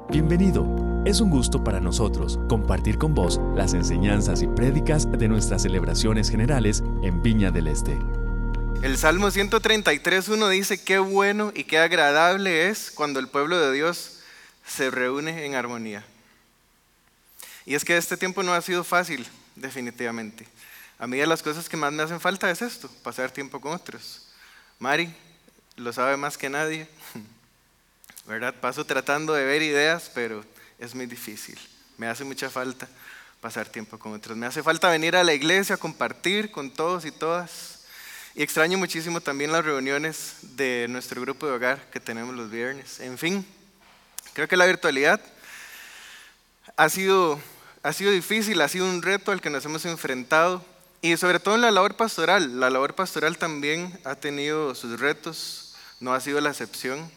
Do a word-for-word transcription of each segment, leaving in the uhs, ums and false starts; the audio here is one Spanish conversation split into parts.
Bienvenido. Es un gusto para nosotros compartir con vos las enseñanzas y prédicas de nuestras celebraciones generales en Viña del Este. El Salmo ciento treinta y tres, uno dice: qué bueno y qué agradable es cuando el pueblo de Dios se reúne en armonía. Y es que este tiempo no ha sido fácil, definitivamente. A mí de las cosas que más me hacen falta es esto, pasar tiempo con otros. Mari lo sabe más que nadie, ¿verdad? Paso tratando de ver ideas, pero es muy difícil. Me hace mucha falta pasar tiempo con otros. Me hace falta venir a la iglesia, compartir con todos y todas. Y extraño muchísimo también las reuniones de nuestro grupo de hogar que tenemos los viernes. En fin, creo que la virtualidad ha sido, ha sido difícil, ha sido un reto al que nos hemos enfrentado. Y sobre todo en la labor pastoral. La labor pastoral también ha tenido sus retos, no ha sido la excepción.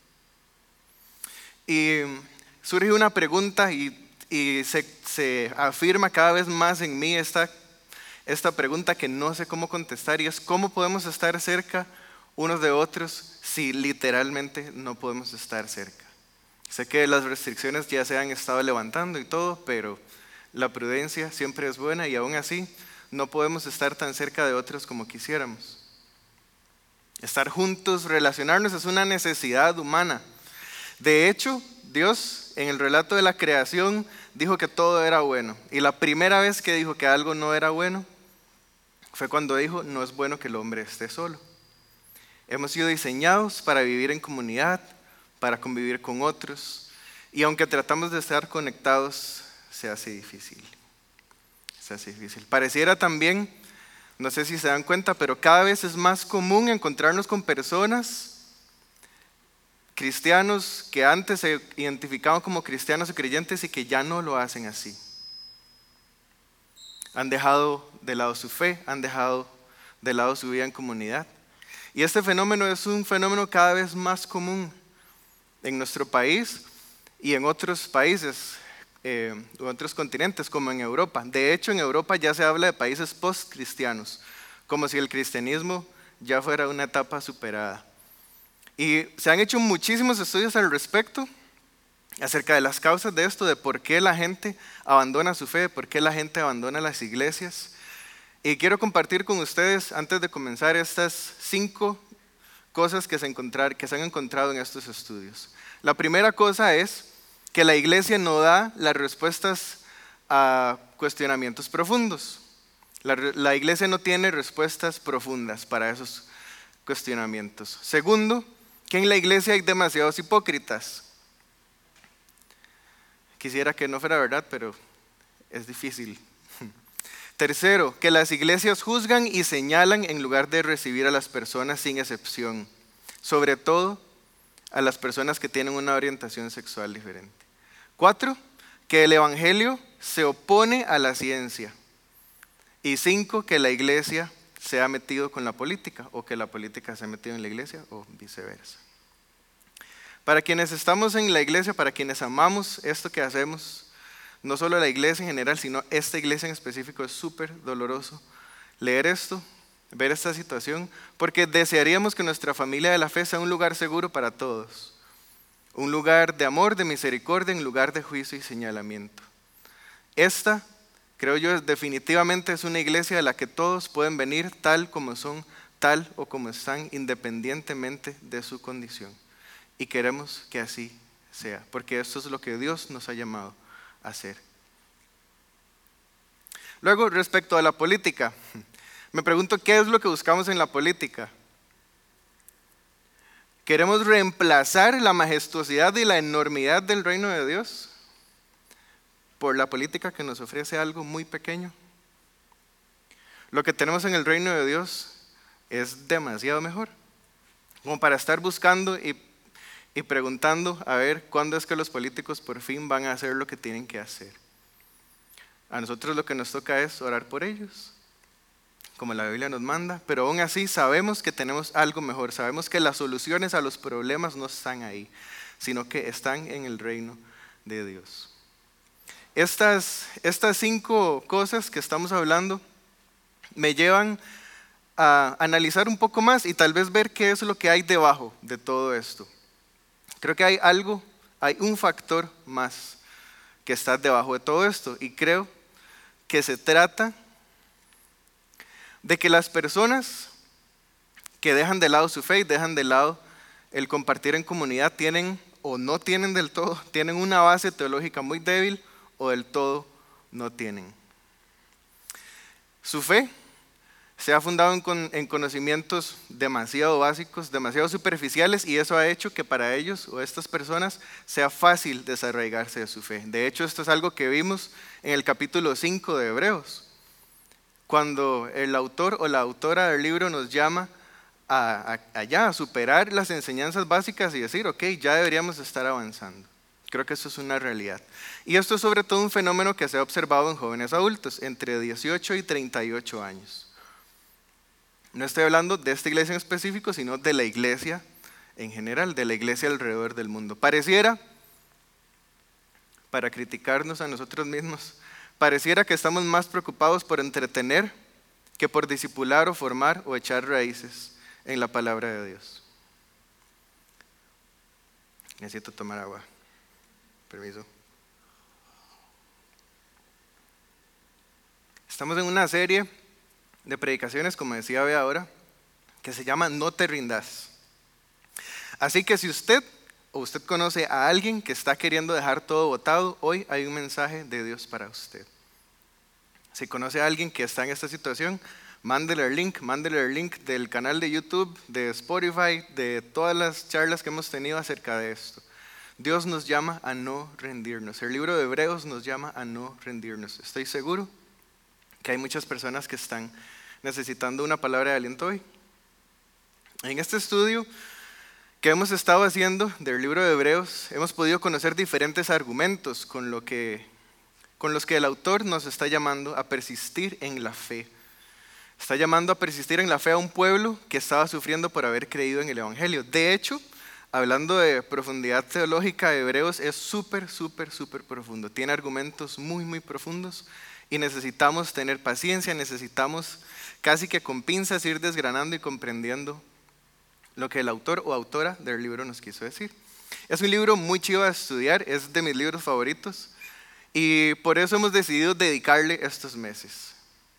Y surge una pregunta y, y se, se afirma cada vez más en mí esta, esta pregunta que no sé cómo contestar, y es: ¿cómo podemos estar cerca unos de otros si literalmente no podemos estar cerca? Sé que las restricciones ya se han estado levantando y todo, pero la prudencia siempre es buena y aún así no podemos estar tan cerca de otros como quisiéramos. Estar juntos, relacionarnos es una necesidad humana. De hecho, Dios en el relato de la creación dijo que todo era bueno. Y la primera vez que dijo que algo no era bueno fue cuando dijo: no es bueno que el hombre esté solo. Hemos sido diseñados para vivir en comunidad, para convivir con otros. Y aunque tratamos de estar conectados, se hace difícil. Se hace difícil. Pareciera también, no sé si se dan cuenta, pero cada vez es más común encontrarnos con personas, cristianos que antes se identificaban como cristianos o creyentes y que ya no lo hacen así. Han dejado de lado su fe, han dejado de lado su vida en comunidad. Y este fenómeno es un fenómeno cada vez más común en nuestro país y en otros países, eh, en otros continentes como en Europa. De hecho, en Europa ya se habla de países post-cristianos, como si el cristianismo ya fuera una etapa superada. Y se han hecho muchísimos estudios al respecto, acerca de las causas de esto, de por qué la gente abandona su fe, de por qué la gente abandona las iglesias. Y quiero compartir con ustedes, antes de comenzar, estas cinco cosas que se, encontrar, que se han encontrado en estos estudios. La primera cosa es que la iglesia no da las respuestas a cuestionamientos profundos. La, la iglesia no tiene respuestas profundas para esos cuestionamientos. Segundo, que en la iglesia hay demasiados hipócritas. Quisiera que no fuera verdad, pero es difícil. Tercero, que las iglesias juzgan y señalan en lugar de recibir a las personas sin excepción, sobre todo a las personas que tienen una orientación sexual diferente. Cuatro, que el evangelio se opone a la ciencia. Y cinco, que la iglesia se ha metido con la política, o que la política se ha metido en la iglesia, o viceversa. Para quienes estamos en la iglesia, para quienes amamos esto que hacemos, no solo la iglesia en general, sino esta iglesia en específico, es súper doloroso leer esto, ver esta situación, porque desearíamos que nuestra familia de la fe sea un lugar seguro para todos, un lugar de amor, de misericordia, en lugar de juicio y señalamiento. Esta, creo yo, definitivamente es una iglesia de la que todos pueden venir tal como son, tal o como están, independientemente de su condición. Y queremos que así sea, porque esto es lo que Dios nos ha llamado a hacer. Luego, respecto a la política, me pregunto: ¿qué es lo que buscamos en la política? ¿Queremos reemplazar la majestuosidad y la enormidad del reino de Dios por la política que nos ofrece algo muy pequeño? Lo que tenemos en el reino de Dios es demasiado mejor, como para estar buscando y, y preguntando a ver cuándo es que los políticos por fin van a hacer lo que tienen que hacer. A nosotros lo que nos toca es orar por ellos, como la Biblia nos manda, pero aún así sabemos que tenemos algo mejor, sabemos que las soluciones a los problemas no están ahí, sino que están en el reino de Dios. Estas, estas cinco cosas que estamos hablando me llevan a analizar un poco más y tal vez ver qué es lo que hay debajo de todo esto. Creo que hay algo hay un factor más que está debajo de todo esto, y creo que se trata de que las personas que dejan de lado su fe y dejan de lado el compartir en comunidad tienen o no tienen del todo, tienen una base teológica muy débil o del todo no tienen. Su fe se ha fundado en, con, en conocimientos demasiado básicos, demasiado superficiales, y eso ha hecho que para ellos o estas personas sea fácil desarraigarse de su fe. De hecho, esto es algo que vimos en el capítulo cinco de Hebreos, cuando el autor o la autora del libro nos llama a, a, allá, a superar las enseñanzas básicas y decir, ok, ya deberíamos estar avanzando. Creo que eso es una realidad. Y esto es sobre todo un fenómeno que se ha observado en jóvenes adultos, entre dieciocho y treinta y ocho años. No estoy hablando de esta iglesia en específico, sino de la iglesia en general, de la iglesia alrededor del mundo. Pareciera, para criticarnos a nosotros mismos, pareciera que estamos más preocupados por entretener que por discipular o formar o echar raíces en la palabra de Dios. Necesito tomar agua. Permiso. Estamos en una serie de predicaciones, como decía Bea ahora, que se llama No te rindas. Así que si usted o usted conoce a alguien que está queriendo dejar todo botado, hoy hay un mensaje de Dios para usted. Si conoce a alguien que está en esta situación, mándele el link, mándele el link del canal de YouTube, de Spotify, de todas las charlas que hemos tenido acerca de esto. Dios nos llama a no rendirnos. El libro de Hebreos nos llama a no rendirnos. Estoy seguro que hay muchas personas que están necesitando una palabra de aliento hoy. En este estudio que hemos estado haciendo del libro de Hebreos, hemos podido conocer diferentes argumentos con, lo que, con los que el autor nos está llamando a persistir en la fe. Está llamando a persistir en la fe a un pueblo que estaba sufriendo por haber creído en el Evangelio. De hecho, hablando de profundidad teológica, Hebreos es súper, súper, súper profundo. Tiene argumentos muy, muy profundos y necesitamos tener paciencia, necesitamos casi que con pinzas ir desgranando y comprendiendo lo que el autor o autora del libro nos quiso decir. Es un libro muy chido a estudiar, es de mis libros favoritos y por eso hemos decidido dedicarle estos meses.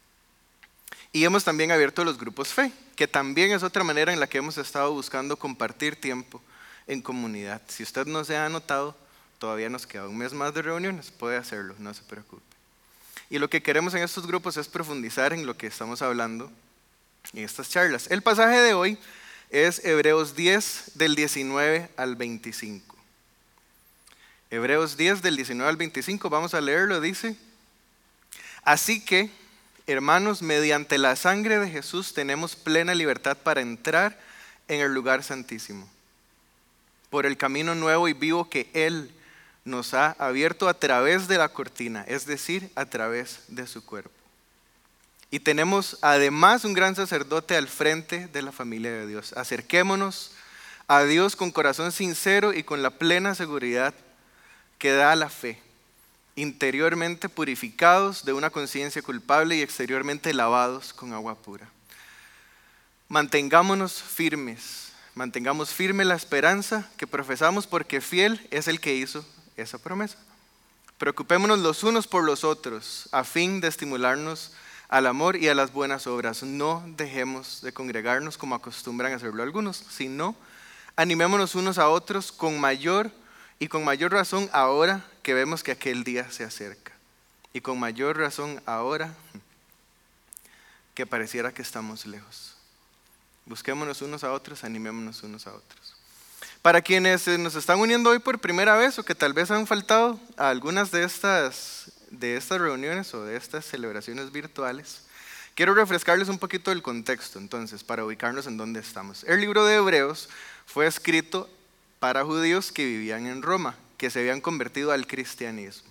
Y hemos también abierto los grupos Fe, que también es otra manera en la que hemos estado buscando compartir tiempo en comunidad. Si usted no se ha anotado, todavía nos queda un mes más de reuniones, puede hacerlo, no se preocupe. Y lo que queremos en estos grupos es profundizar en lo que estamos hablando en estas charlas. El pasaje de hoy es Hebreos diez, del diecinueve al veinticinco. Hebreos diez, del diecinueve al veinticinco, vamos a leerlo, dice: Así que, hermanos, mediante la sangre de Jesús tenemos plena libertad para entrar en el lugar santísimo, por el camino nuevo y vivo que Él nos ha abierto a través de la cortina, es decir, a través de su cuerpo. Y tenemos además un gran sacerdote al frente de la familia de Dios. Acerquémonos a Dios con corazón sincero y con la plena seguridad que da la fe, interiormente purificados de una conciencia culpable y exteriormente lavados con agua pura. Mantengámonos firmes, mantengamos firme la esperanza que profesamos, porque fiel es el que hizo esa promesa. Preocupémonos los unos por los otros a fin de estimularnos al amor y a las buenas obras. No dejemos de congregarnos como acostumbran a hacerlo algunos, sino animémonos unos a otros con mayor y con mayor razón ahora que vemos que aquel día se acerca. Y con mayor razón ahora que pareciera que estamos lejos. Busquémonos unos a otros, animémonos unos a otros. Para quienes nos están uniendo hoy por primera vez o que tal vez han faltado a algunas de estas, de estas reuniones o de estas celebraciones virtuales, quiero refrescarles un poquito el contexto entonces para ubicarnos en dónde estamos. El libro de Hebreos fue escrito para judíos que vivían en Roma, que se habían convertido al cristianismo.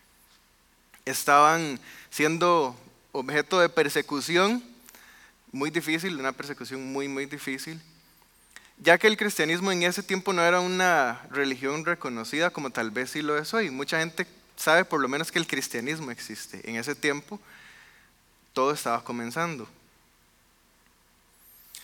Estaban siendo objeto de persecución muy difícil, una persecución muy, muy difícil, ya que el cristianismo en ese tiempo no era una religión reconocida como tal vez sí lo es hoy. Mucha gente sabe por lo menos que el cristianismo existe. En ese tiempo todo estaba comenzando.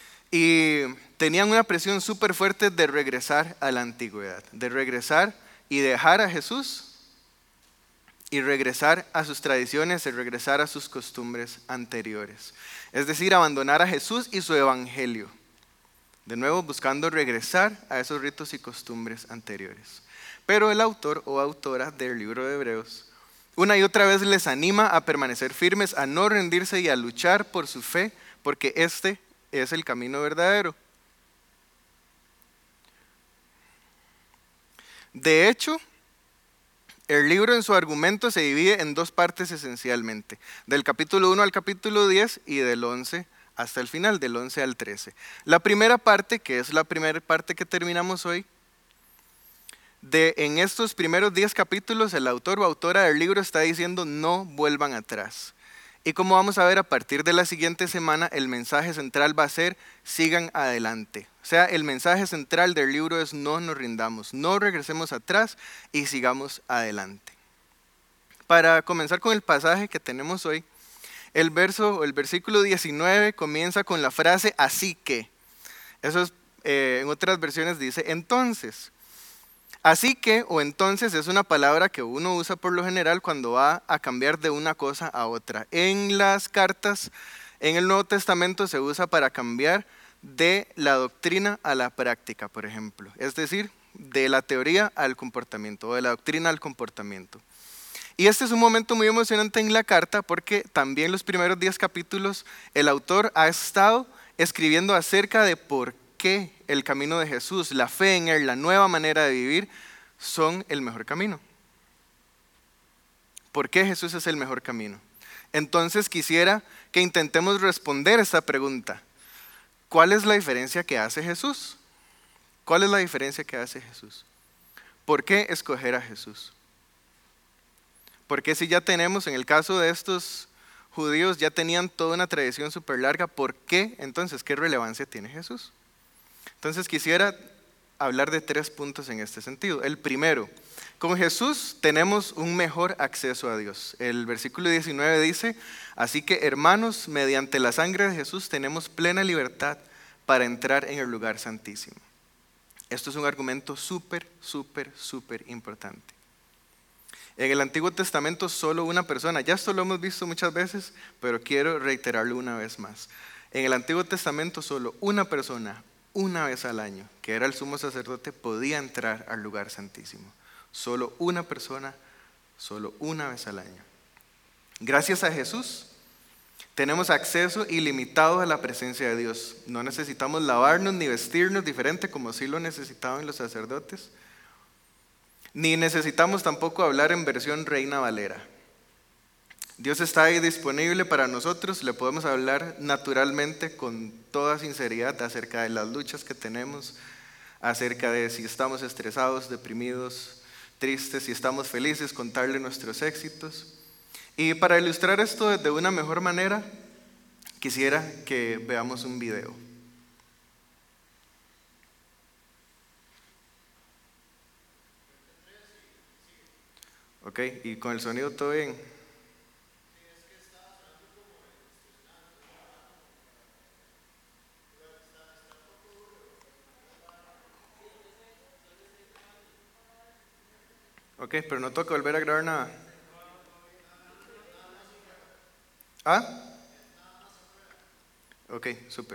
Y tenían una presión súper fuerte de regresar a la antigüedad, de regresar y dejar a Jesús y regresar a sus tradiciones y regresar a sus costumbres anteriores. Es decir, abandonar a Jesús y su evangelio. De nuevo, buscando regresar a esos ritos y costumbres anteriores. Pero el autor o autora del libro de Hebreos una y otra vez les anima a permanecer firmes, a no rendirse y a luchar por su fe, porque este es el camino verdadero. De hecho, el libro en su argumento se divide en dos partes esencialmente, del capítulo uno al capítulo diez y del once hasta el final, del once al trece. La primera parte, que es la primera parte que terminamos hoy, de en estos primeros diez capítulos el autor o autora del libro está diciendo no vuelvan atrás. Y como vamos a ver a partir de la siguiente semana, el mensaje central va a ser sigan adelante. O sea, el mensaje central del libro es no nos rindamos, no regresemos atrás y sigamos adelante. Para comenzar con el pasaje que tenemos hoy, el verso, el versículo diecinueve comienza con la frase así que. Eso es, eh, en otras versiones dice entonces. Así que o entonces es una palabra que uno usa por lo general cuando va a cambiar de una cosa a otra. En las cartas, en el Nuevo Testamento se usa para cambiar de la doctrina a la práctica, por ejemplo. Es decir, de la teoría al comportamiento o de la doctrina al comportamiento. Y este es un momento muy emocionante en la carta porque también los primeros diez capítulos el autor ha estado escribiendo acerca de por qué el camino de Jesús, la fe en Él, la nueva manera de vivir, son el mejor camino. ¿Por qué Jesús es el mejor camino? Entonces quisiera que intentemos responder esa pregunta. ¿Cuál es la diferencia que hace Jesús? ¿Cuál es la diferencia que hace Jesús? ¿Por qué escoger a Jesús? Porque si ya tenemos, en el caso de estos judíos, ya tenían toda una tradición súper larga, ¿por qué entonces qué relevancia tiene Jesús? Entonces quisiera hablar de tres puntos en este sentido. El primero, con Jesús tenemos un mejor acceso a Dios. El versículo diecinueve dice, así que hermanos, mediante la sangre de Jesús tenemos plena libertad para entrar en el lugar santísimo. Esto es un argumento súper, súper, súper importante. En el Antiguo Testamento solo una persona, ya esto lo hemos visto muchas veces, pero quiero reiterarlo una vez más. En el Antiguo Testamento solo una persona, una vez al año, que era el sumo sacerdote, podía entrar al lugar santísimo. Solo una persona, solo una vez al año. Gracias a Jesús, tenemos acceso ilimitado a la presencia de Dios. No necesitamos lavarnos ni vestirnos diferente como sí lo necesitaban los sacerdotes. Ni necesitamos tampoco hablar en versión Reina Valera. Dios está ahí disponible para nosotros, le podemos hablar naturalmente con toda sinceridad acerca de las luchas que tenemos, acerca de si estamos estresados, deprimidos, tristes, si estamos felices, contarle nuestros éxitos. Y para ilustrar esto de una mejor manera, quisiera que veamos un video. Ok, y con el sonido todo bien. Ok, pero no toca volver a grabar nada. ¿Ah? Ok, súper.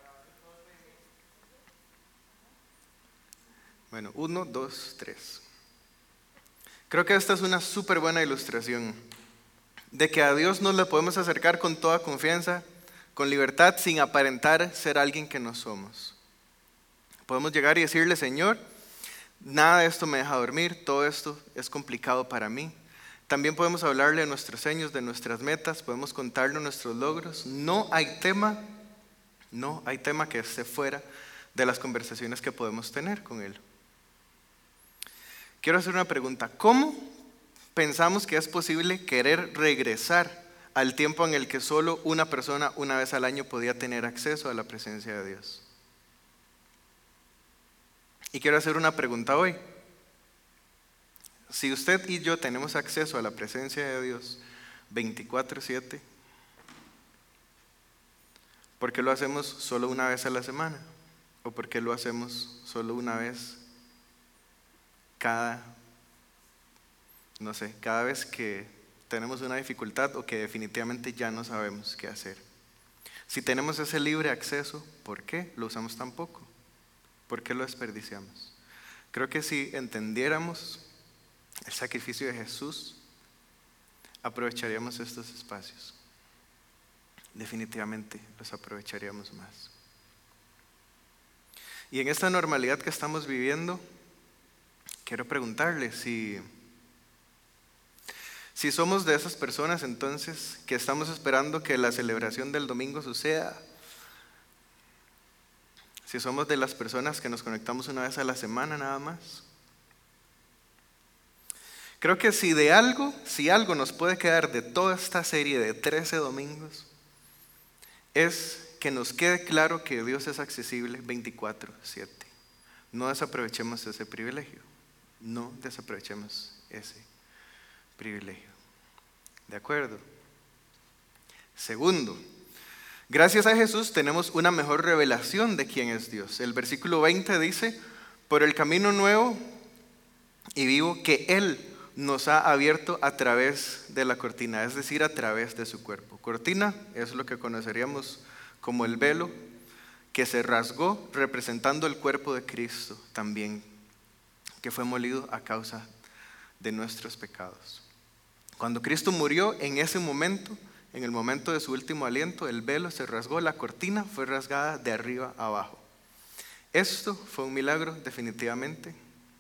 Bueno, uno, dos, tres. Creo que esta es una súper buena ilustración de que a Dios nos le podemos acercar con toda confianza, con libertad, sin aparentar ser alguien que no somos. Podemos llegar y decirle, Señor, nada de esto me deja dormir, todo esto es complicado para mí. También podemos hablarle de nuestros sueños, de nuestras metas, podemos contarle nuestros logros. No hay tema, no hay tema que esté fuera de las conversaciones que podemos tener con Él. Quiero hacer una pregunta. ¿Cómo pensamos que es posible querer regresar al tiempo en el que solo una persona una vez al año podía tener acceso a la presencia de Dios? Y quiero hacer una pregunta hoy. Si usted y yo tenemos acceso a la presencia de Dios veinticuatro siete, ¿por qué lo hacemos solo una vez a la semana? ¿O por qué lo hacemos solo una vez cada no sé, cada vez que tenemos una dificultad o que definitivamente ya no sabemos qué hacer. Si tenemos ese libre acceso, ¿por qué lo usamos tan poco? ¿Por qué lo desperdiciamos? Creo que si entendiéramos el sacrificio de Jesús, aprovecharíamos estos espacios. Definitivamente los aprovecharíamos más. Y en esta normalidad que estamos viviendo, quiero preguntarle si, si somos de esas personas entonces que estamos esperando que la celebración del domingo suceda. Si somos de las personas que nos conectamos una vez a la semana nada más. Creo que si de algo, si algo nos puede quedar de toda esta serie de trece domingos, es que nos quede claro que Dios es accesible veinticuatro siete. No desaprovechemos ese privilegio. No desaprovechemos ese privilegio. ¿De acuerdo? Segundo, gracias a Jesús tenemos una mejor revelación de quién es Dios. El versículo veinte dice, por el camino nuevo y vivo que Él nos ha abierto a través de la cortina, es decir, a través de su cuerpo. Cortina es lo que conoceríamos como el velo que se rasgó representando el cuerpo de Cristo también, que fue molido a causa de nuestros pecados. Cuando Cristo murió, en ese momento, en el momento de su último aliento, el velo se rasgó, la cortina fue rasgada de arriba a abajo. Esto fue un milagro definitivamente.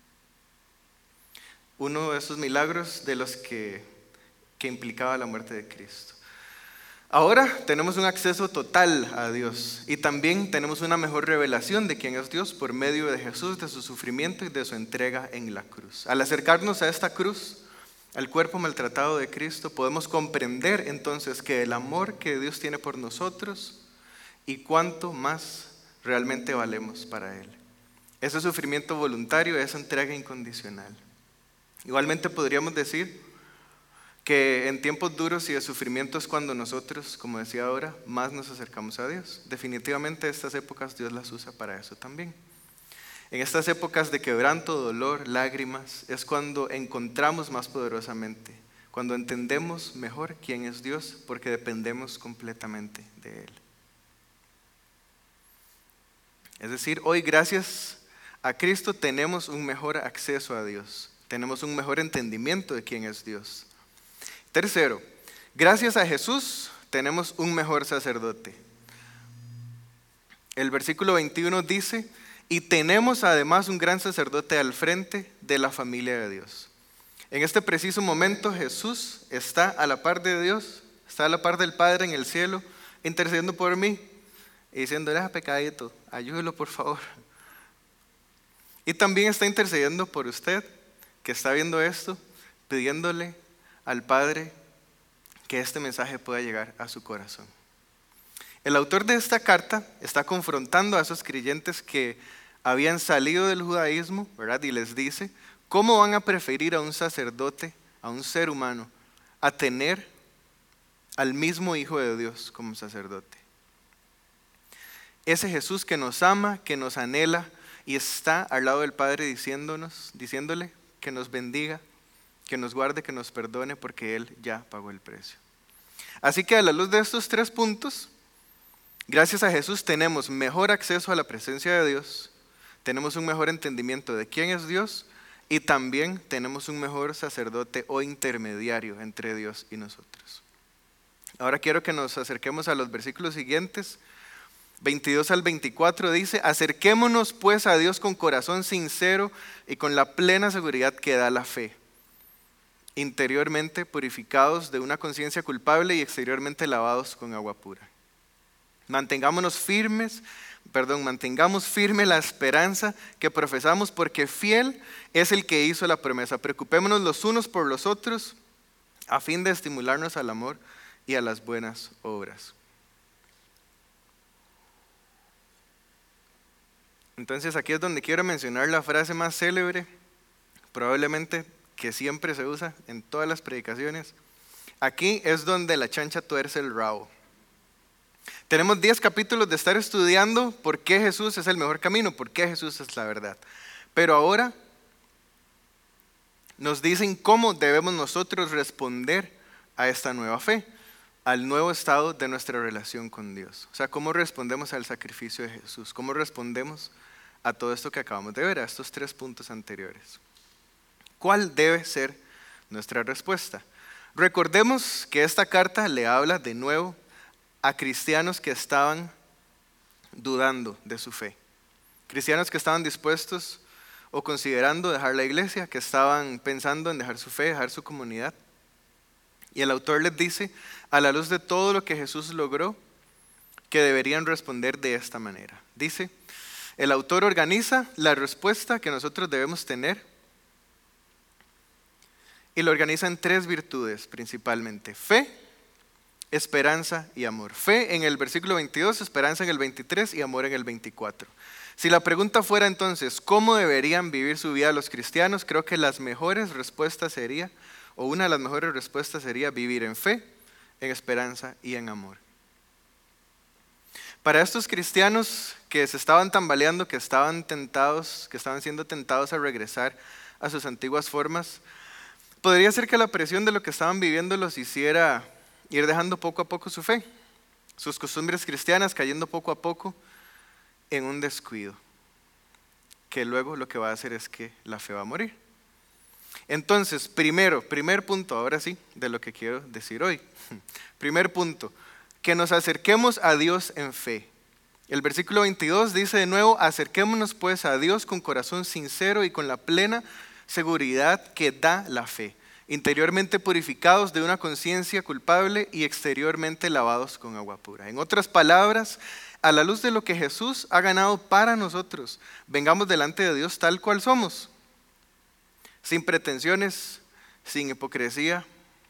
Uno de esos milagros de los que, que implicaba la muerte de Cristo. Ahora tenemos un acceso total a Dios y también tenemos una mejor revelación de quién es Dios por medio de Jesús, de su sufrimiento y de su entrega en la cruz. Al acercarnos a esta cruz, al cuerpo maltratado de Cristo, podemos comprender entonces que el amor que Dios tiene por nosotros y cuánto más realmente valemos para Él. Ese sufrimiento voluntario, esa entrega incondicional. Igualmente podríamos decir que en tiempos duros y de sufrimiento es cuando nosotros, como decía ahora, más nos acercamos a Dios. Definitivamente estas épocas Dios las usa para eso también. En estas épocas de quebranto, dolor, lágrimas, es cuando encontramos más poderosamente, cuando entendemos mejor quién es Dios, porque dependemos completamente de Él. Es decir, hoy gracias a Cristo tenemos un mejor acceso a Dios, tenemos un mejor entendimiento de quién es Dios. Tercero, gracias a Jesús tenemos un mejor sacerdote. El versículo veintiuno dice, y tenemos además un gran sacerdote al frente de la familia de Dios. En este preciso momento Jesús está a la par de Dios, está a la par del Padre en el cielo, intercediendo por mí y diciéndole, ah, pecadito, ayúdelo por favor. Y también está intercediendo por usted que está viendo esto, pidiéndole al Padre que este mensaje pueda llegar a su corazón. El autor de esta carta está confrontando a esos creyentes que habían salido del judaísmo, ¿verdad? Y les dice, ¿cómo van a preferir a un sacerdote, a un ser humano, a tener al mismo Hijo de Dios como sacerdote? Ese Jesús que nos ama, que nos anhela y está al lado del Padre diciéndonos, diciéndole que nos bendiga, que nos guarde, que nos perdone, porque Él ya pagó el precio. Así que a la luz de estos tres puntos, gracias a Jesús tenemos mejor acceso a la presencia de Dios, tenemos un mejor entendimiento de quién es Dios y también tenemos un mejor sacerdote o intermediario entre Dios y nosotros. Ahora quiero que nos acerquemos a los versículos siguientes. veintidós al veinticuatro dice, acerquémonos pues a Dios con corazón sincero y con la plena seguridad que da la fe, interiormente purificados de una conciencia culpable y exteriormente lavados con agua pura. Mantengámonos firmes, perdón, mantengamos firme la esperanza que profesamos, porque fiel es el que hizo la promesa. Preocupémonos los unos por los otros a fin de estimularnos al amor y a las buenas obras. Entonces aquí es donde quiero mencionar la frase más célebre, probablemente que siempre se usa en todas las predicaciones. Aquí es donde la chancha tuerce el rabo. Tenemos diez capítulos de estar estudiando por qué Jesús es el mejor camino, por qué Jesús es la verdad. Pero ahora nos dicen cómo debemos nosotros responder a esta nueva fe, al nuevo estado de nuestra relación con Dios. O sea, cómo respondemos al sacrificio de Jesús, cómo respondemos a todo esto que acabamos de ver, a estos tres puntos anteriores. ¿Cuál debe ser nuestra respuesta? Recordemos que esta carta le habla de nuevo a cristianos que estaban dudando de su fe. Cristianos que estaban dispuestos o considerando dejar la iglesia, que estaban pensando en dejar su fe, dejar su comunidad. Y el autor les dice, a la luz de todo lo que Jesús logró, que deberían responder de esta manera. Dice, el autor organiza la respuesta que nosotros debemos tener y lo organiza en tres virtudes principalmente: fe, esperanza y amor. Fe en el versículo veintidós, esperanza en el veintitrés y amor en el veinticuatro. Si la pregunta fuera entonces, ¿cómo deberían vivir su vida los cristianos? Creo que las mejores respuestas sería, o una de las mejores respuestas sería vivir en fe, en esperanza y en amor. Para estos cristianos que se estaban tambaleando, que estaban tentados, que estaban siendo tentados a regresar a sus antiguas formas, podría ser que la presión de lo que estaban viviendo los hiciera ir dejando poco a poco su fe, sus costumbres cristianas cayendo poco a poco en un descuido, que luego lo que va a hacer es que la fe va a morir. Entonces, primero, primer punto, ahora sí, de lo que quiero decir hoy. Primer punto, que nos acerquemos a Dios en fe. El versículo veintidós dice de nuevo, acerquémonos pues a Dios con corazón sincero y con la plena seguridad que da la fe, interiormente purificados de una conciencia culpable y exteriormente lavados con agua pura. En otras palabras, a la luz de lo que Jesús ha ganado para nosotros, vengamos delante de Dios tal cual somos, sin pretensiones, sin hipocresía,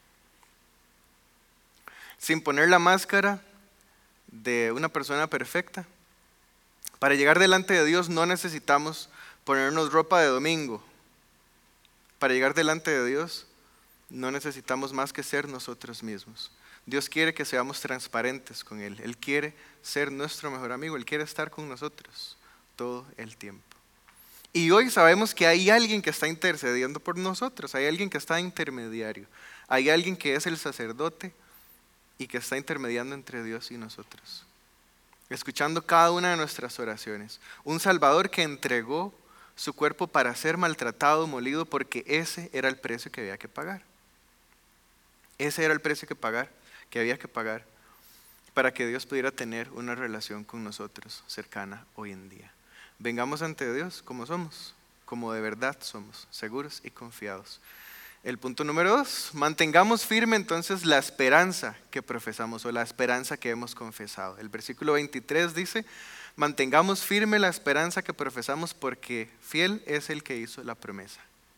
sin poner la máscara de una persona perfecta. Para llegar delante de Dios no necesitamos ponernos ropa de domingo. Para llegar delante de Dios no necesitamos más que ser nosotros mismos. Dios quiere que seamos transparentes con Él. Él quiere ser nuestro mejor amigo. Él quiere estar con nosotros todo el tiempo. Y hoy sabemos que hay alguien que está intercediendo por nosotros. Hay alguien que está intermediario. Hay alguien que es el sacerdote y que está intermediando entre Dios y nosotros, escuchando cada una de nuestras oraciones. Un Salvador que entregó su cuerpo para ser maltratado, molido, porque ese era el precio que había que pagar. Ese era el precio que pagar, que había que pagar para que Dios pudiera tener una relación con nosotros cercana hoy en día. Vengamos ante Dios como somos, como de verdad somos, seguros y confiados. El punto número dos, mantengamos firme entonces la esperanza que profesamos o la esperanza que hemos confesado. El versículo veintitrés dice, mantengamos firme la esperanza que profesamos porque fiel es el que hizo la promesa.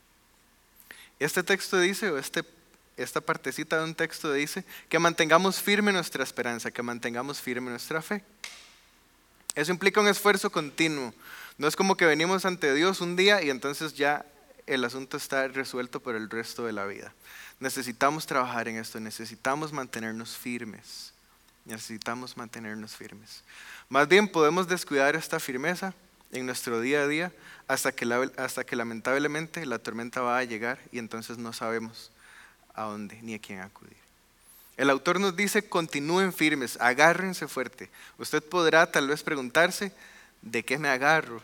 Este texto dice, o este, esta partecita de un texto dice, que mantengamos firme nuestra esperanza, que mantengamos firme nuestra fe. Eso implica un esfuerzo continuo. No es como que venimos ante Dios un día y entonces ya el asunto está resuelto por el resto de la vida. Necesitamos trabajar en esto, necesitamos mantenernos firmes, necesitamos mantenernos firmes. Más bien podemos descuidar esta firmeza en nuestro día a día hasta que, la, hasta que lamentablemente la tormenta va a llegar y entonces no sabemos a dónde ni a quién acudir. El autor nos dice, continúen firmes, agárrense fuerte. Usted podrá tal vez preguntarse, ¿de qué me agarro?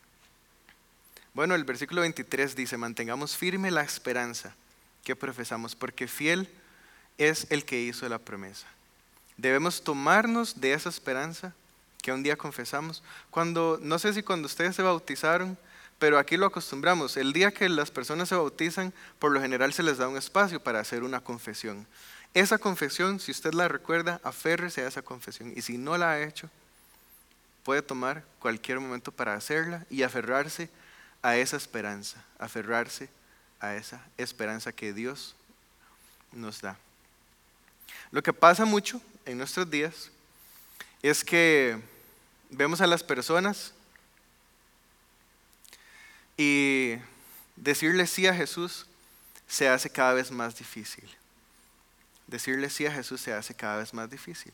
Bueno, el versículo veintitrés dice, mantengamos firme la esperanza que profesamos, porque fiel es el que hizo la promesa. Debemos tomarnos de esa esperanza que un día confesamos. Cuando, no sé si cuando ustedes se bautizaron, pero aquí lo acostumbramos. El día que las personas se bautizan, por lo general se les da un espacio para hacer una confesión. Esa confesión, si usted la recuerda, aférrese a esa confesión. Y si no la ha hecho, puede tomar cualquier momento para hacerla y aferrarse a esa esperanza, aferrarse a esa esperanza que Dios nos da. Lo que pasa mucho en nuestros días es que vemos a las personas y decirle sí a Jesús se hace cada vez más difícil. Decirle sí a Jesús se hace cada vez más difícil.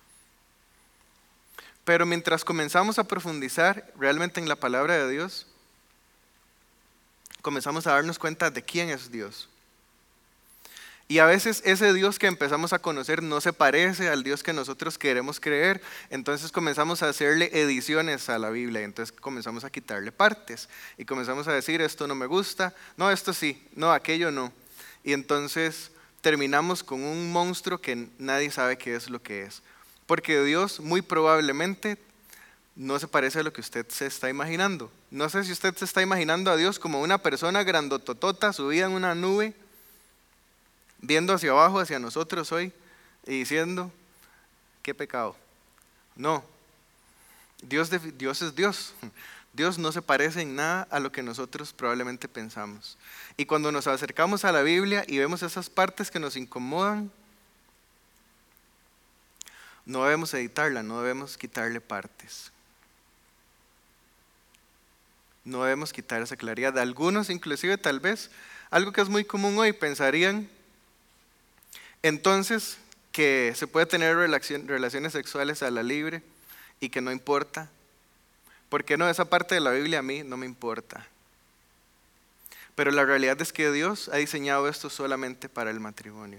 Pero mientras comenzamos a profundizar realmente en la palabra de Dios, comenzamos a darnos cuenta de quién es Dios. Y a veces ese Dios que empezamos a conocer no se parece al Dios que nosotros queremos creer. Entonces comenzamos a hacerle ediciones a la Biblia. Entonces comenzamos a quitarle partes. Y comenzamos a decir, esto no me gusta. No, esto sí. No, aquello no. Y entonces terminamos con un monstruo que nadie sabe qué es lo que es. Porque Dios muy probablemente no se parece a lo que usted se está imaginando. No sé si usted se está imaginando a Dios como una persona grandototota subida en una nube, viendo hacia abajo, hacia nosotros hoy, y diciendo, qué pecado. No, Dios, de, Dios es Dios. Dios no se parece en nada a lo que nosotros probablemente pensamos. Y cuando nos acercamos a la Biblia y vemos esas partes que nos incomodan, no debemos editarla, no debemos quitarle partes. No debemos quitar esa claridad. Algunos inclusive tal vez, algo que es muy común hoy, pensarían entonces que se puede tener relaciones sexuales a la libre y que no importa. Porque no, esa parte de la Biblia a mí no me importa. Pero la realidad es que Dios ha diseñado esto solamente para el matrimonio.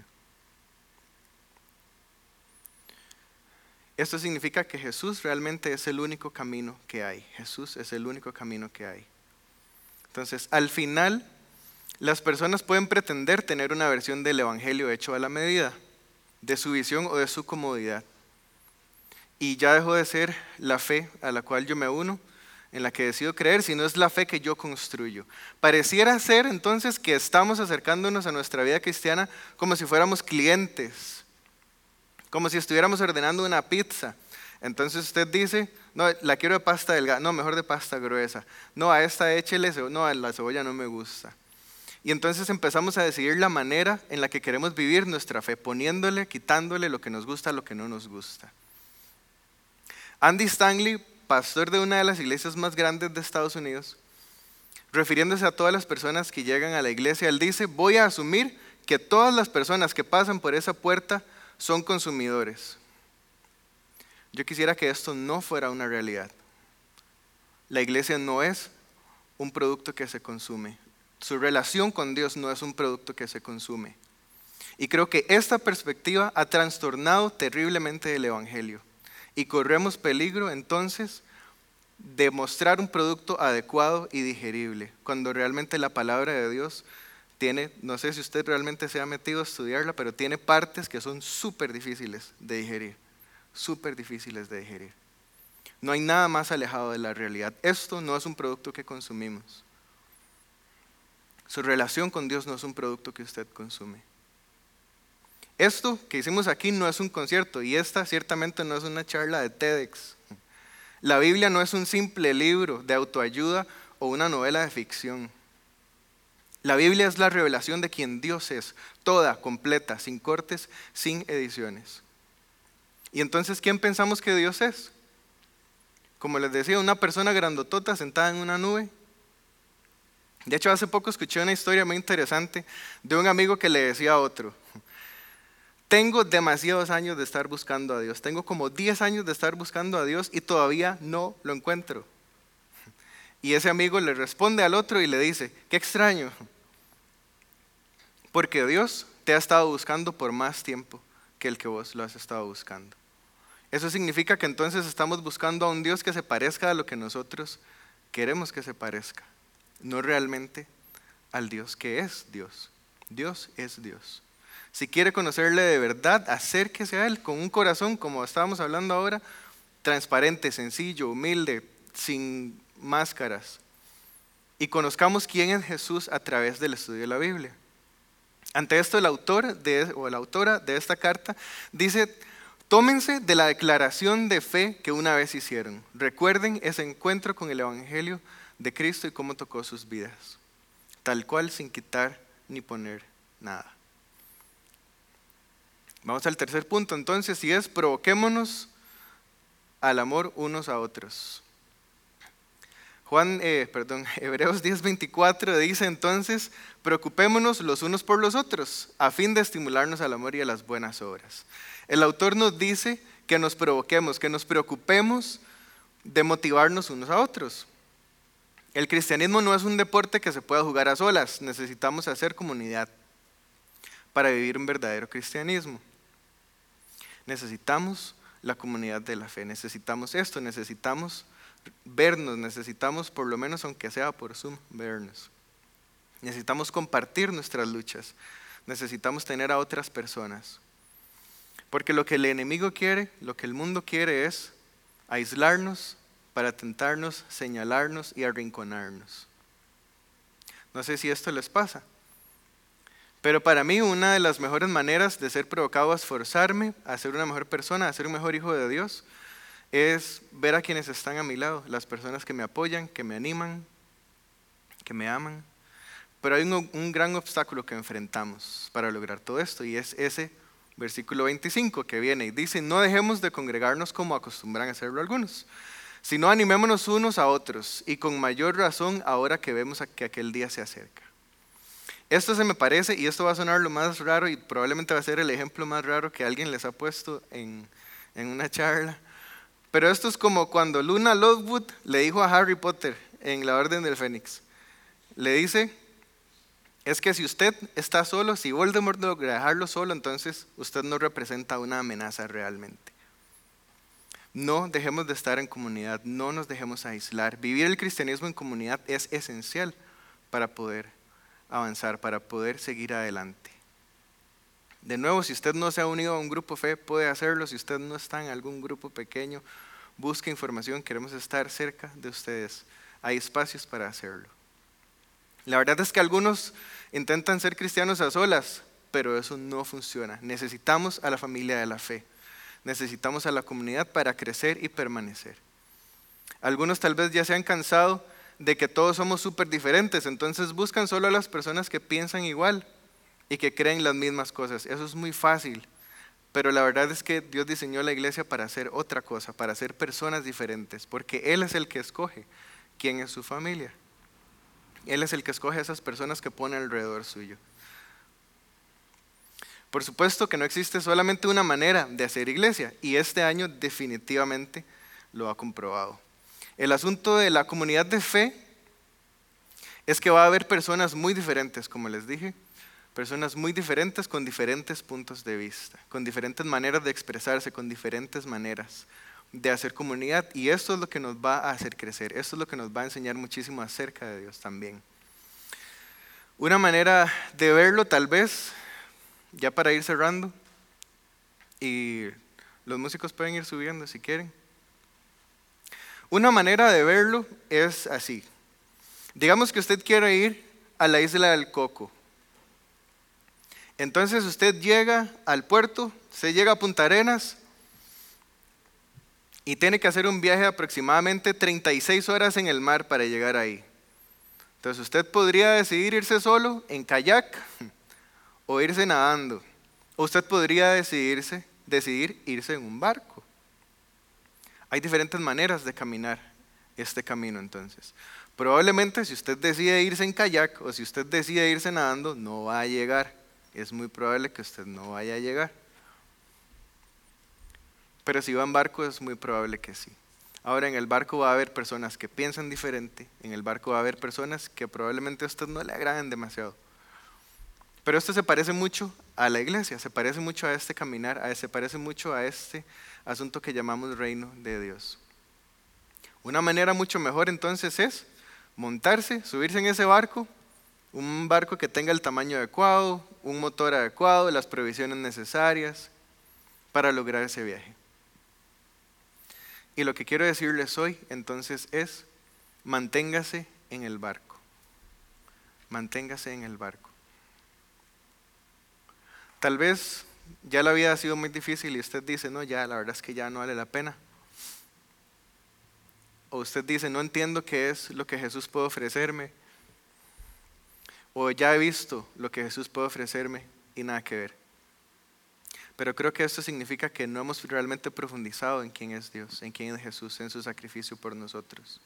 Esto significa que Jesús realmente es el único camino que hay. Jesús es el único camino que hay. Entonces, al final, las personas pueden pretender tener una versión del evangelio hecho a la medida de su visión o de su comodidad. Y ya dejó de ser la fe a la cual yo me uno, en la que decido creer, sino es la fe que yo construyo. Pareciera ser entonces que estamos acercándonos a nuestra vida cristiana como si fuéramos clientes, como si estuviéramos ordenando una pizza. Entonces usted dice, no, la quiero de pasta delgada, no, mejor de pasta gruesa. No, a esta échele, no, a la cebolla no me gusta. Y entonces empezamos a decidir la manera en la que queremos vivir nuestra fe, poniéndole, quitándole lo que nos gusta, lo que no nos gusta. Andy Stanley, pastor de una de las iglesias más grandes de Estados Unidos, refiriéndose a todas las personas que llegan a la iglesia, él dice, voy a asumir que todas las personas que pasan por esa puerta son consumidores. Yo quisiera que esto no fuera una realidad. La iglesia no es un producto que se consume. Su relación con Dios no es un producto que se consume. Y creo que esta perspectiva ha trastornado terriblemente el evangelio. Y corremos peligro entonces de mostrar un producto adecuado y digerible, cuando realmente la palabra de Dios tiene, no sé si usted realmente se ha metido a estudiarla, pero tiene partes que son súper difíciles de digerir, súper difíciles de digerir. No hay nada más alejado de la realidad. Esto no es un producto que consumimos. Su relación con Dios no es un producto que usted consume. Esto que hicimos aquí no es un concierto y esta ciertamente no es una charla de TEDx. La Biblia no es un simple libro de autoayuda o una novela de ficción. La Biblia es la revelación de quien Dios es, toda, completa, sin cortes, sin ediciones. Y entonces, ¿quién pensamos que Dios es? Como les decía, una persona grandotota sentada en una nube. De hecho, hace poco escuché una historia muy interesante de un amigo que le decía a otro, tengo demasiados años de estar buscando a Dios, tengo como diez años de estar buscando a Dios y todavía no lo encuentro. Y ese amigo le responde al otro y le dice, qué extraño, porque Dios te ha estado buscando por más tiempo que el que vos lo has estado buscando. Eso significa que entonces estamos buscando a un Dios que se parezca a lo que nosotros queremos que se parezca. No realmente al Dios que es Dios. Dios es Dios. Si quiere conocerle de verdad, acérquese a Él con un corazón, como estábamos hablando ahora, transparente, sencillo, humilde, sin máscaras. Y conozcamos quién es Jesús a través del estudio de la Biblia. Ante esto, el autor de, o la autora de esta carta dice, tómense de la declaración de fe que una vez hicieron. Recuerden ese encuentro con el Evangelio de Cristo y cómo tocó sus vidas, tal cual sin quitar ni poner nada. Vamos al tercer punto entonces, y es provoquémonos al amor unos a otros. Juan, eh, perdón, Hebreos diez veinticuatro dice entonces, preocupémonos los unos por los otros, a fin de estimularnos al amor y a las buenas obras. El autor nos dice que nos provoquemos, que nos preocupemos de motivarnos unos a otros. El cristianismo no es un deporte que se pueda jugar a solas, necesitamos hacer comunidad para vivir un verdadero cristianismo. Necesitamos la comunidad de la fe, necesitamos esto, necesitamos vernos, necesitamos por lo menos aunque sea por Zoom, vernos. Necesitamos compartir nuestras luchas, necesitamos tener a otras personas. Porque lo que el enemigo quiere, lo que el mundo quiere es aislarnos para tentarnos, señalarnos y arrinconarnos. No sé si esto les pasa. Pero para mí una de las mejores maneras de ser provocado a esforzarme, a ser una mejor persona, a ser un mejor hijo de Dios, es ver a quienes están a mi lado, las personas que me apoyan, que me animan, que me aman. Pero hay un, un gran obstáculo que enfrentamos para lograr todo esto y es ese versículo veinticinco que viene y dice: no dejemos de congregarnos como acostumbran a hacerlo algunos, sino animémonos unos a otros y con mayor razón ahora que vemos que aquel día se acerca. Esto se me parece, y esto va a sonar lo más raro y probablemente va a ser el ejemplo más raro que alguien les ha puesto en, en una charla, pero esto es como cuando Luna Lovegood le dijo a Harry Potter en la Orden del Fénix, le dice, es que si usted está solo, si Voldemort logra dejarlo solo, entonces usted no representa una amenaza realmente. No dejemos de estar en comunidad, no nos dejemos aislar. Vivir el cristianismo en comunidad es esencial para poder avanzar, para poder seguir adelante. De nuevo, si usted no se ha unido a un grupo fe, puede hacerlo. Si usted no está en algún grupo pequeño, busque información, queremos estar cerca de ustedes. Hay espacios para hacerlo. La verdad es que algunos intentan ser cristianos a solas, pero eso no funciona. Necesitamos a la familia de la fe. Necesitamos a la comunidad para crecer y permanecer. Algunos tal vez ya se han cansado de que todos somos súper diferentes, entonces buscan solo a las personas que piensan igual y que creen las mismas cosas. Eso es muy fácil, pero la verdad es que Dios diseñó la iglesia para hacer otra cosa, para ser personas diferentes, porque Él es el que escoge quién es su familia. Él es el que escoge a esas personas que pone alrededor suyo. Por supuesto que no existe solamente una manera de hacer iglesia, y este año definitivamente lo ha comprobado. El asunto de la comunidad de fe es que va a haber personas muy diferentes, como les dije, personas muy diferentes con diferentes puntos de vista, con diferentes maneras de expresarse, con diferentes maneras de hacer comunidad, y esto es lo que nos va a hacer crecer, esto es lo que nos va a enseñar muchísimo acerca de Dios también. Una manera de verlo tal vez, ya para ir cerrando, y los músicos pueden ir subiendo si quieren. Una manera de verlo es así. Digamos que usted quiere ir a la isla del Coco. Entonces usted llega al puerto, se llega a Punta Arenas y tiene que hacer un viaje de aproximadamente treinta y seis horas en el mar para llegar ahí. Entonces usted podría decidir irse solo en kayak o irse nadando. O usted podría decidirse, decidir irse en un barco. Hay diferentes maneras de caminar este camino entonces. Probablemente si usted decide irse en kayak o si usted decide irse nadando, no va a llegar. Es muy probable que usted no vaya a llegar. Pero si va en barco es muy probable que sí. Ahora en el barco va a haber personas que piensan diferente, en el barco va a haber personas que probablemente a usted no le agraden demasiado. Pero esto se parece mucho a la iglesia, se parece mucho a este caminar, a, se parece mucho a este asunto que llamamos reino de Dios. Una manera mucho mejor entonces es montarse, subirse en ese barco, un barco que tenga el tamaño adecuado, un motor adecuado, las provisiones necesarias para lograr ese viaje. Y lo que quiero decirles hoy entonces es, manténgase en el barco, manténgase en el barco. Tal vez ya la vida ha sido muy difícil y usted dice, no, ya la verdad es que ya no vale la pena. O usted dice, no entiendo qué es lo que Jesús puede ofrecerme. O ya he visto lo que Jesús puede ofrecerme y nada que ver. Pero creo que esto significa que no hemos realmente profundizado en quién es Dios, en quién es Jesús, en su sacrificio por nosotros.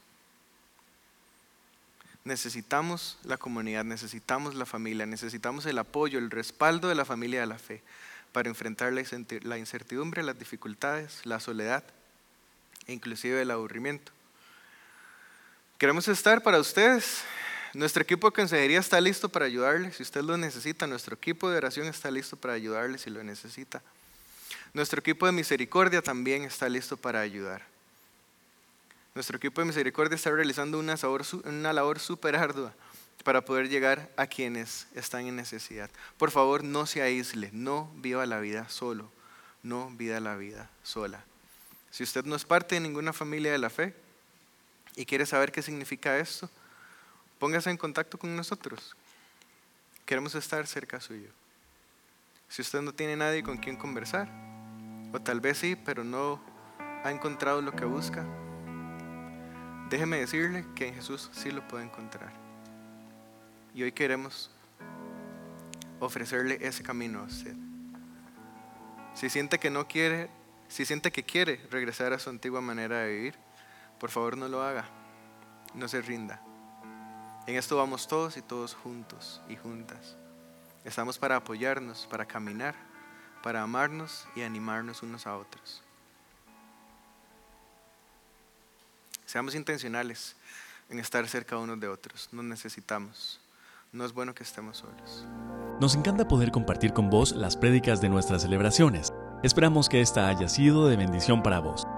Necesitamos la comunidad, necesitamos la familia, necesitamos el apoyo, el respaldo de la familia de la fe para enfrentar la incertidumbre, las dificultades, la soledad e inclusive el aburrimiento. Queremos estar para ustedes. Nuestro equipo de consejería está listo para ayudarles si usted lo necesita. Nuestro equipo de oración está listo para ayudarles si lo necesita. Nuestro equipo de misericordia también está listo para ayudar. Nuestro equipo de misericordia está realizando una labor, una labor súper ardua para poder llegar a quienes están en necesidad. Por favor, no se aísle, no viva la vida solo, no viva la vida sola. Si usted no es parte de ninguna familia de la fe y quiere saber qué significa esto, póngase en contacto con nosotros. Queremos estar cerca suyo. Si usted no tiene nadie con quien conversar, o tal vez sí, pero no ha encontrado lo que busca, déjeme decirle que en Jesús sí lo puede encontrar. Y hoy queremos ofrecerle ese camino a usted. Si siente que no quiere, si siente que quiere regresar a su antigua manera de vivir, por favor no lo haga, no se rinda. En esto vamos todos y todos juntos y juntas. Estamos para apoyarnos, para caminar, para amarnos y animarnos unos a otros. Seamos intencionales en estar cerca unos de otros. Nos necesitamos. No es bueno que estemos solos. Nos encanta poder compartir con vos las prédicas de nuestras celebraciones. Esperamos que esta haya sido de bendición para vos.